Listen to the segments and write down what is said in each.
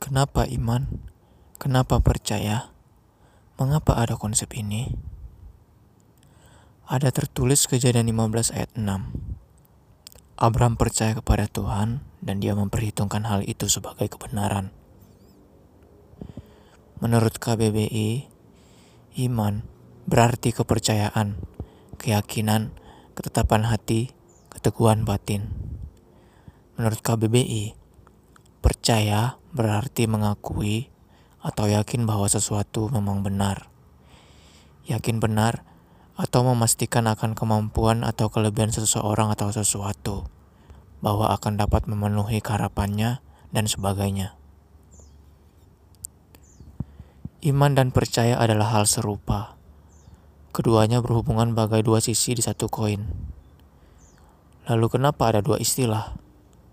Kenapa iman? Kenapa percaya? Mengapa ada konsep ini? Ada tertulis Kejadian 15 ayat 6. Abraham percaya kepada Tuhan dan dia memperhitungkan hal itu sebagai kebenaran. Menurut KBBI, iman berarti kepercayaan, keyakinan, ketetapan hati, keteguhan batin. Menurut KBBI, percaya berarti mengakui atau yakin bahwa sesuatu memang benar. Yakin benar atau memastikan akan kemampuan atau kelebihan seseorang atau sesuatu, bahwa akan dapat memenuhi harapannya dan sebagainya. Iman dan percaya adalah hal serupa. Keduanya berhubungan bagai dua sisi di satu koin. Lalu kenapa ada dua istilah?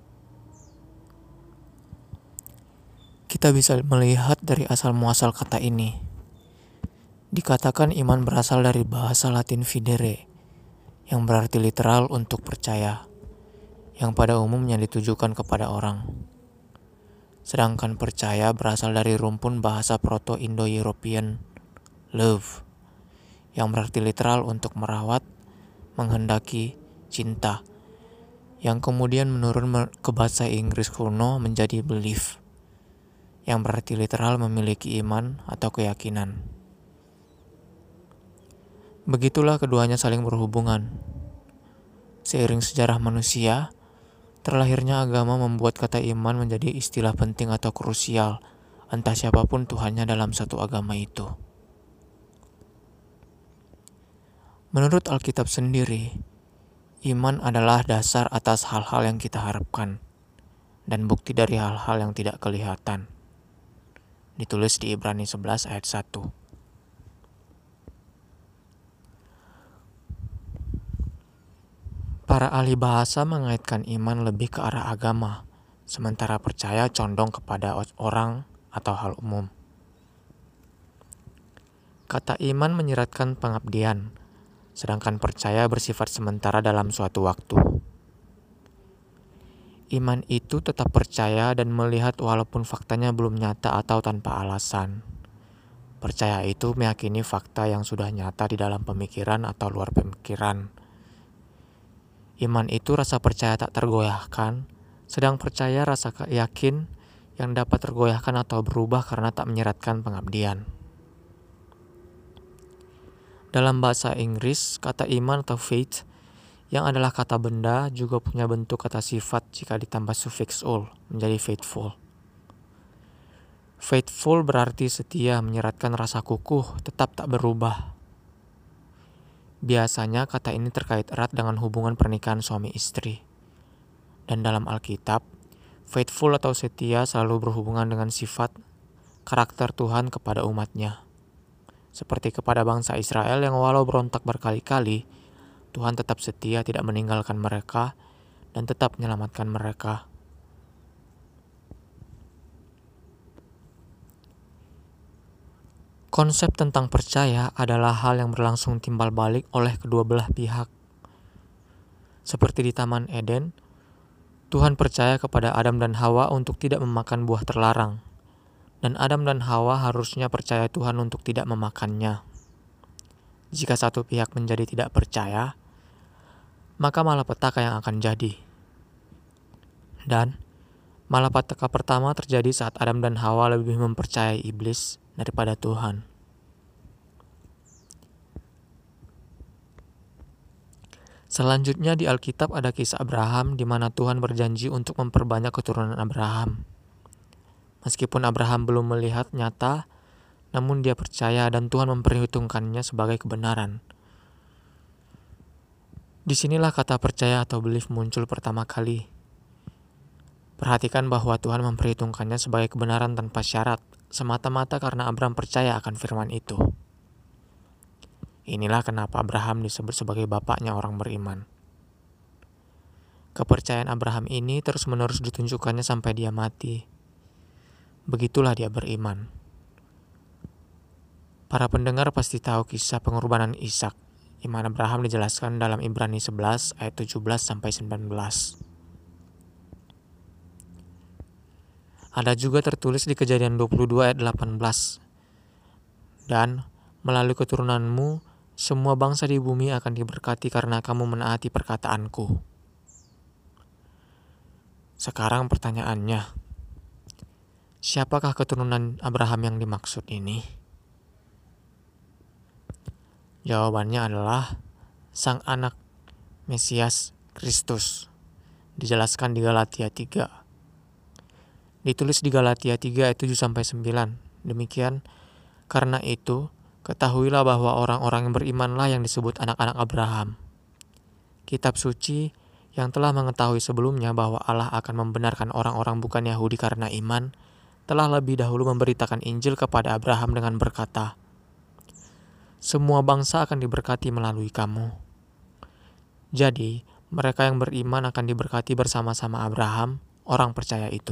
Kita bisa melihat dari asal-muasal kata ini. Dikatakan iman berasal dari bahasa Latin fidere, yang berarti literal untuk percaya, yang pada umumnya ditujukan kepada orang. Sedangkan percaya berasal dari rumpun bahasa Proto-Indo-European love, yang berarti literal untuk merawat, menghendaki, cinta, yang kemudian menurun ke bahasa Inggris kuno menjadi belief, yang berarti literal memiliki iman atau keyakinan. Begitulah keduanya saling berhubungan. Seiring sejarah manusia, terlahirnya agama membuat kata iman menjadi istilah penting atau krusial, entah siapapun Tuhannya dalam satu agama itu. Menurut Alkitab sendiri, iman adalah dasar atas hal-hal yang kita harapkan, dan bukti dari hal-hal yang tidak kelihatan. Ditulis di Ibrani 11 ayat 1. Para ahli bahasa mengaitkan iman lebih ke arah agama, sementara percaya condong kepada orang atau hal umum. Kata iman menyiratkan pengabdian, sedangkan percaya bersifat sementara dalam suatu waktu. Iman itu tetap percaya dan melihat walaupun faktanya belum nyata atau tanpa alasan. Percaya itu meyakini fakta yang sudah nyata di dalam pemikiran atau luar pemikiran. Iman itu rasa percaya tak tergoyahkan, sedang percaya rasa yakin yang dapat tergoyahkan atau berubah karena tak menyeratkan pengabdian. Dalam bahasa Inggris, kata iman atau faith, yang adalah kata benda, juga punya bentuk kata sifat jika ditambah sufiks ul, menjadi faithful. Faithful berarti setia, menyeratkan rasa kukuh, tetap tak berubah. Biasanya kata ini terkait erat dengan hubungan pernikahan suami istri. Dan dalam Alkitab, faithful atau setia selalu berhubungan dengan sifat, karakter Tuhan kepada umatnya. Seperti kepada bangsa Israel yang walau berontak berkali-kali, Tuhan tetap setia tidak meninggalkan mereka dan tetap menyelamatkan mereka. Konsep tentang percaya adalah hal yang berlangsung timbal balik oleh kedua belah pihak. Seperti di Taman Eden, Tuhan percaya kepada Adam dan Hawa untuk tidak memakan buah terlarang, dan Adam dan Hawa harusnya percaya Tuhan untuk tidak memakannya. Jika satu pihak menjadi tidak percaya, maka malapetaka yang akan jadi. Dan malapetaka pertama terjadi saat Adam dan Hawa lebih mempercayai iblis daripada Tuhan. Selanjutnya di Alkitab ada kisah Abraham di mana Tuhan berjanji untuk memperbanyak keturunan Abraham. Meskipun Abraham belum melihat nyata, namun dia percaya dan Tuhan memperhitungkannya sebagai kebenaran. Disinilah kata percaya atau belief muncul pertama kali. Perhatikan bahwa Tuhan memperhitungkannya sebagai kebenaran tanpa syarat, semata-mata karena Abraham percaya akan firman itu. Inilah kenapa Abraham disebut sebagai bapaknya orang beriman. Kepercayaan Abraham ini terus-menerus ditunjukkannya sampai dia mati. Begitulah dia beriman. Para pendengar pasti tahu kisah pengorbanan Ishak, iman Abraham dijelaskan dalam Ibrani 11 ayat 17-19. Ada juga tertulis di Kejadian 22 ayat 18. Dan melalui keturunanmu, semua bangsa di bumi akan diberkati karena kamu menaati perkataanku. Sekarang pertanyaannya, siapakah keturunan Abraham yang dimaksud ini? Jawabannya adalah sang anak Mesias Kristus. Dijelaskan di Galatia 3. Ditulis di Galatia 3 ayat 7-9. Demikian, karena itu, ketahuilah bahwa orang-orang yang berimanlah yang disebut anak-anak Abraham. Kitab suci yang telah mengetahui sebelumnya bahwa Allah akan membenarkan orang-orang bukan Yahudi karena iman, telah lebih dahulu memberitakan Injil kepada Abraham dengan berkata, semua bangsa akan diberkati melalui kamu. Jadi, mereka yang beriman akan diberkati bersama-sama Abraham, orang percaya itu.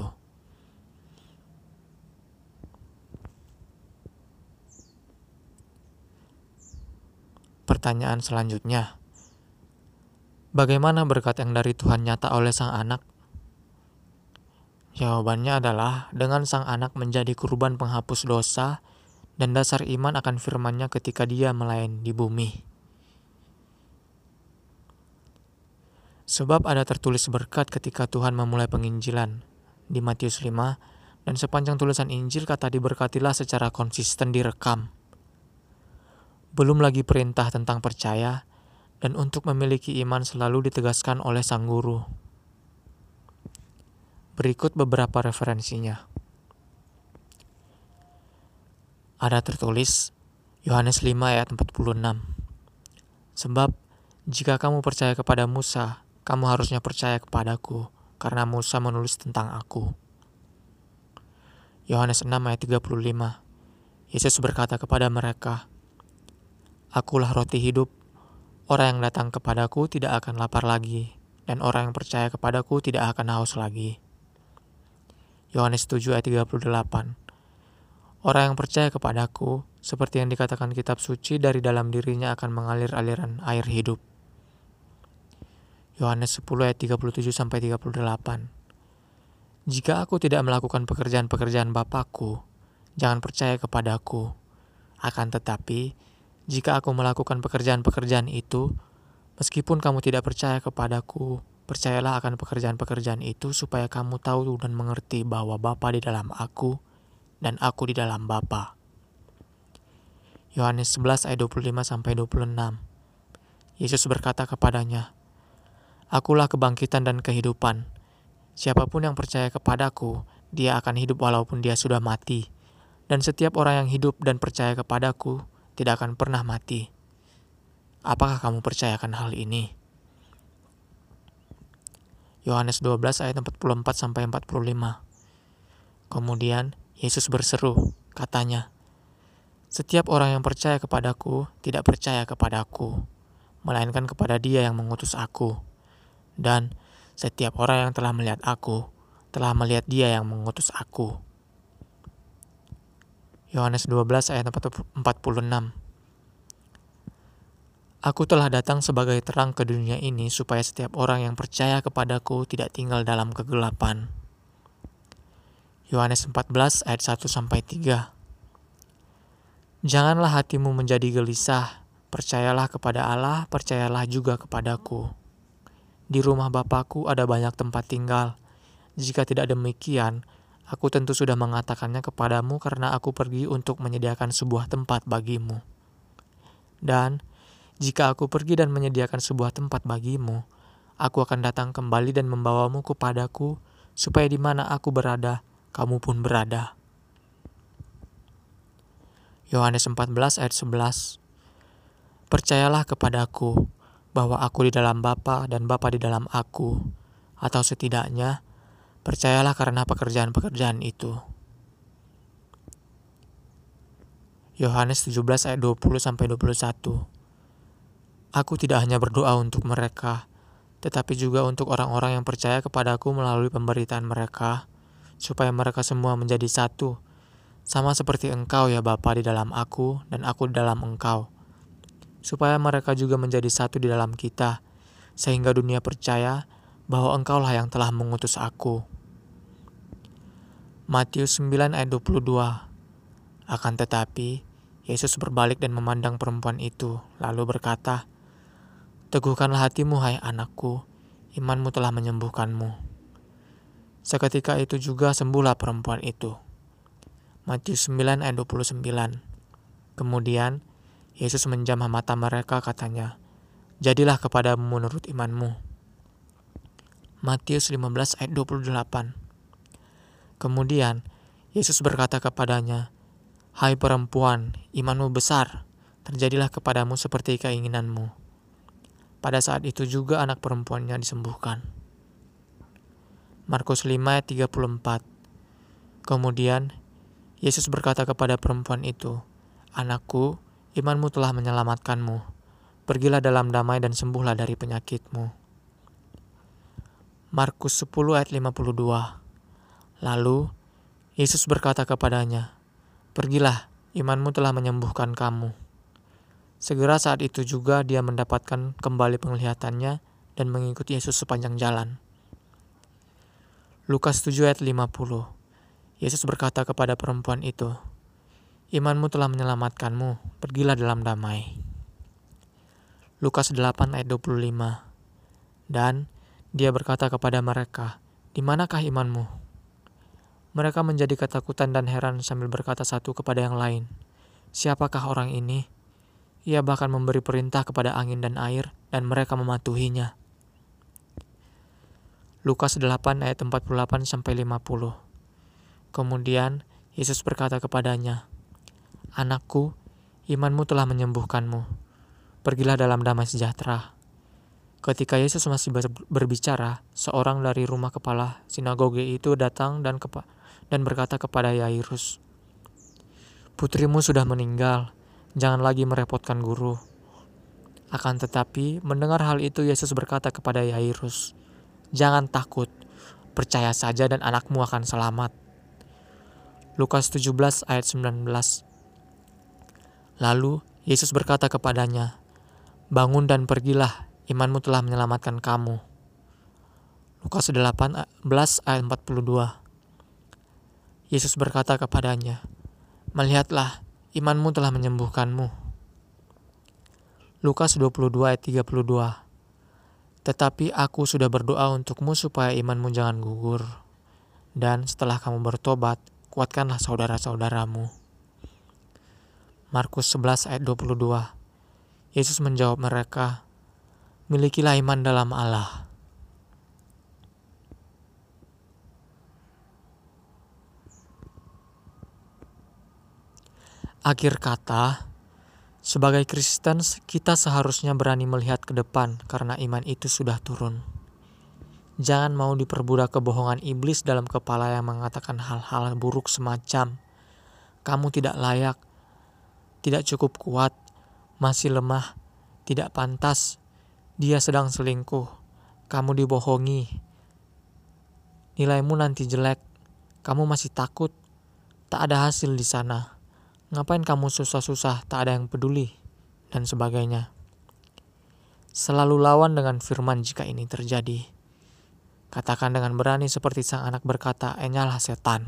Pertanyaan selanjutnya, bagaimana berkat yang dari Tuhan nyata oleh sang anak? Jawabannya adalah dengan sang anak menjadi kurban penghapus dosa dan dasar iman akan firman-Nya ketika dia melayani di bumi. Sebab ada tertulis berkat ketika Tuhan memulai penginjilan di Matius 5, dan sepanjang tulisan Injil kata diberkatilah secara konsisten direkam. Belum lagi perintah tentang percaya dan untuk memiliki iman selalu ditegaskan oleh sang guru. Berikut beberapa referensinya. Ada tertulis Yohanes 5 ayat 46. Sebab jika kamu percaya kepada Musa, kamu harusnya percaya kepadaku, karena Musa menulis tentang aku. Yohanes 6 ayat 35. Yesus berkata kepada mereka, Akulah roti hidup, orang yang datang kepadaku tidak akan lapar lagi, dan orang yang percaya kepadaku tidak akan haus lagi. Yohanes 7 ayat 38. Orang yang percaya kepadaku, seperti yang dikatakan kitab suci, dari dalam dirinya akan mengalir aliran air hidup. Yohanes 10 ayat 37-38. Jika aku tidak melakukan pekerjaan-pekerjaan Bapa-Ku, jangan percaya kepadaku. Akan tetapi, jika aku melakukan pekerjaan-pekerjaan itu, meskipun kamu tidak percaya kepadaku, percayalah akan pekerjaan-pekerjaan itu supaya kamu tahu dan mengerti bahwa Bapa di dalam aku dan aku di dalam Bapa. Yohanes 11 ayat 25-26. Yesus berkata kepadanya, Akulah kebangkitan dan kehidupan. Siapapun yang percaya kepadaku, dia akan hidup walaupun dia sudah mati. Dan setiap orang yang hidup dan percaya kepadaku tidak akan pernah mati. Apakah kamu percayakan hal ini? Yohanes 12 ayat 44-45. Kemudian Yesus berseru, katanya, Setiap orang yang percaya kepadaku tidak percaya kepadaku, melainkan kepada Dia yang mengutus aku. Dan setiap orang yang telah melihat aku, telah melihat Dia yang mengutus aku. Yohanes 12 ayat 46. Aku telah datang sebagai terang ke dunia ini supaya setiap orang yang percaya kepadaku tidak tinggal dalam kegelapan. Yohanes 14 ayat 1-3. Janganlah hatimu menjadi gelisah, percayalah kepada Allah, percayalah juga kepadaku. Di rumah Bapa-Ku ada banyak tempat tinggal. Jika tidak demikian, aku tentu sudah mengatakannya kepadamu karena aku pergi untuk menyediakan sebuah tempat bagimu. Dan jika aku pergi dan menyediakan sebuah tempat bagimu, aku akan datang kembali dan membawamu kepadaku, supaya di mana aku berada, kamu pun berada. Yohanes 14 ayat 11. Percayalah kepadaku bahwa aku di dalam Bapa dan Bapa di dalam aku, atau setidaknya percayalah karena pekerjaan-pekerjaan itu. Yohanes 17 ayat 20-21. Aku tidak hanya berdoa untuk mereka, tetapi juga untuk orang-orang yang percaya kepadaku melalui pemberitaan mereka, supaya mereka semua menjadi satu, sama seperti Engkau ya Bapa di dalam aku dan aku di dalam Engkau, supaya mereka juga menjadi satu di dalam kita, sehingga dunia percaya bahwa Engkaulah yang telah mengutus aku. Matius 9 ayat 22. Akan tetapi, Yesus berbalik dan memandang perempuan itu, lalu berkata, "Teguhkanlah hatimu, hai anakku, imanmu telah menyembuhkanmu." Seketika itu juga sembuhlah perempuan itu. Matius 9 ayat 29. Kemudian, Yesus menjamah mata mereka, katanya, "Jadilah kepadamu menurut imanmu." Matius 15 ayat 28. Kemudian, Yesus berkata kepadanya, "Hai perempuan, imanmu besar, terjadilah kepadamu seperti keinginanmu." Pada saat itu juga anak perempuannya disembuhkan. Markus 5 ayat 34. Kemudian, Yesus berkata kepada perempuan itu, "Anakku, imanmu telah menyelamatkanmu. Pergilah dalam damai dan sembuhlah dari penyakitmu." Markus 10 ayat 52. Lalu, Yesus berkata kepadanya, "Pergilah, imanmu telah menyembuhkan kamu." Segera saat itu juga dia mendapatkan kembali penglihatannya dan mengikuti Yesus sepanjang jalan. Lukas 7 ayat 50. Yesus berkata kepada perempuan itu, "Imanmu telah menyelamatkanmu, pergilah dalam damai." Lukas 8 ayat 25. Dan dia berkata kepada mereka, "Di manakah imanmu?" Mereka menjadi ketakutan dan heran sambil berkata satu kepada yang lain, "Siapakah orang ini? Ia bahkan memberi perintah kepada angin dan air, dan mereka mematuhinya." Lukas 8 ayat 48-50. Kemudian Yesus berkata kepadanya, "Anakku, imanmu telah menyembuhkanmu. Pergilah dalam damai sejahtera." Ketika Yesus masih berbicara, seorang dari rumah kepala sinagoge itu datang dan berkata kepada Yairus, "Putrimu sudah meninggal, jangan lagi merepotkan guru." Akan tetapi, mendengar hal itu Yesus berkata kepada Yairus, "Jangan takut, percaya saja dan anakmu akan selamat." Lukas 17 ayat 19. Lalu Yesus berkata kepadanya, "Bangun dan pergilah, imanmu telah menyelamatkan kamu." Lukas 18 ayat 42. Yesus berkata kepadanya, "Melihatlah, imanmu telah menyembuhkanmu." Lukas 22 ayat 32. "Tetapi aku sudah berdoa untukmu supaya imanmu jangan gugur. Dan setelah kamu bertobat, kuatkanlah saudara-saudaramu." Markus 11 ayat 22. Yesus menjawab mereka, "Milikilah iman dalam Allah." Akhir kata, sebagai Kristen kita seharusnya berani melihat ke depan karena iman itu sudah turun. Jangan mau diperbudak kebohongan iblis dalam kepala yang mengatakan hal-hal buruk semacam, "Kamu tidak layak, tidak cukup kuat, masih lemah, tidak pantas, dia sedang selingkuh, kamu dibohongi, nilaimu nanti jelek, kamu masih takut, tak ada hasil di sana. Ngapain kamu susah-susah, tak ada yang peduli," dan sebagainya. Selalu lawan dengan firman jika ini terjadi. Katakan dengan berani seperti sang anak berkata, "Enyalah setan."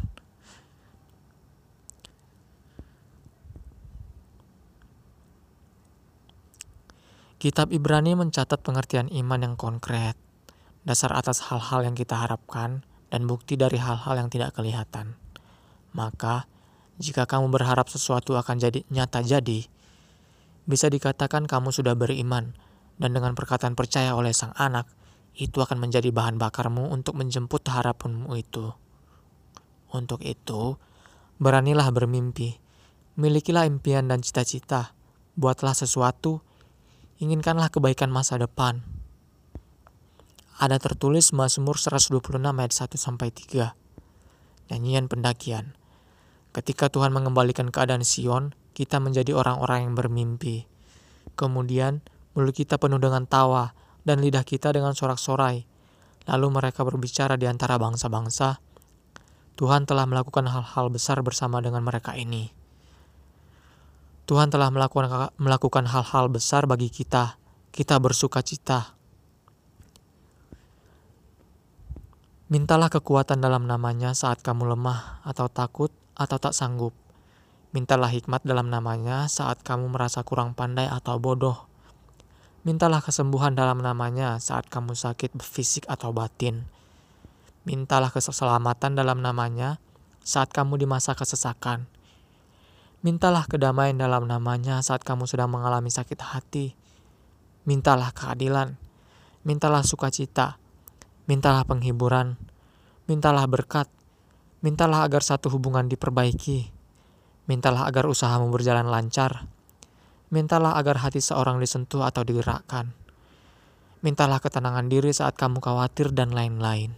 Kitab Ibrani mencatat pengertian iman yang konkret, dasar atas hal-hal yang kita harapkan, dan bukti dari hal-hal yang tidak kelihatan. Maka, jika kamu berharap sesuatu akan nyata jadi, bisa dikatakan kamu sudah beriman, dan dengan perkataan percaya oleh sang anak, itu akan menjadi bahan bakarmu untuk menjemput harapanmu itu. Untuk itu, beranilah bermimpi, milikilah impian dan cita-cita, buatlah sesuatu, inginkanlah kebaikan masa depan. Ada tertulis Mazmur 126 ayat 1-3. Nyanyian pendakian. Ketika Tuhan mengembalikan keadaan Sion, kita menjadi orang-orang yang bermimpi. Kemudian, mulut kita penuh dengan tawa, dan lidah kita dengan sorak-sorai. Lalu mereka berbicara di antara bangsa-bangsa, "Tuhan telah melakukan hal-hal besar bersama dengan mereka ini." Tuhan telah melakukan hal-hal besar bagi kita. Kita bersuka cita. Mintalah kekuatan dalam namanya saat kamu lemah atau takut atau tak sanggup. Mintalah hikmat dalam namanya saat kamu merasa kurang pandai atau bodoh. Mintalah kesembuhan dalam namanya saat kamu sakit fisik atau batin. Mintalah keselamatan dalam namanya saat kamu di masa kesesakan. Mintalah kedamaian dalam namanya saat kamu sedang mengalami sakit hati. Mintalah keadilan. Mintalah sukacita. Mintalah penghiburan. Mintalah berkat. Mintalah agar satu hubungan diperbaiki. Mintalah agar usahamu berjalan lancar. Mintalah agar hati seorang disentuh atau digerakkan. Mintalah ketenangan diri saat kamu khawatir dan lain-lain.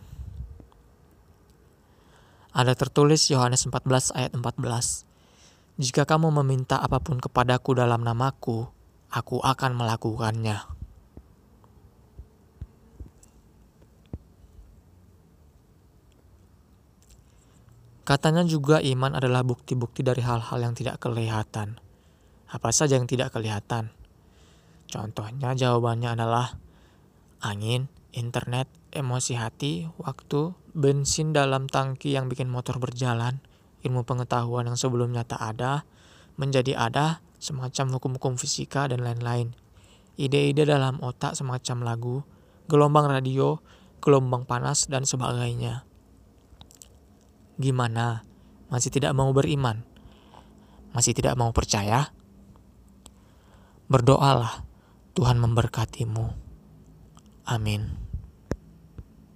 Ada tertulis Yohanes 14 ayat 14. Jika kamu meminta apapun kepadaku dalam namaku, aku akan melakukannya. Katanya juga iman adalah bukti-bukti dari hal-hal yang tidak kelihatan. Apa saja yang tidak kelihatan? Contohnya jawabannya adalah angin, internet, emosi hati, waktu, bensin dalam tangki yang bikin motor berjalan, ilmu pengetahuan yang sebelumnya tak ada, menjadi ada, semacam hukum-hukum fisika dan lain-lain. Ide-ide dalam otak semacam lagu, gelombang radio, gelombang panas, dan sebagainya. Gimana? Masih tidak mau beriman? Masih tidak mau percaya? Berdoalah, Tuhan memberkatimu. Amin.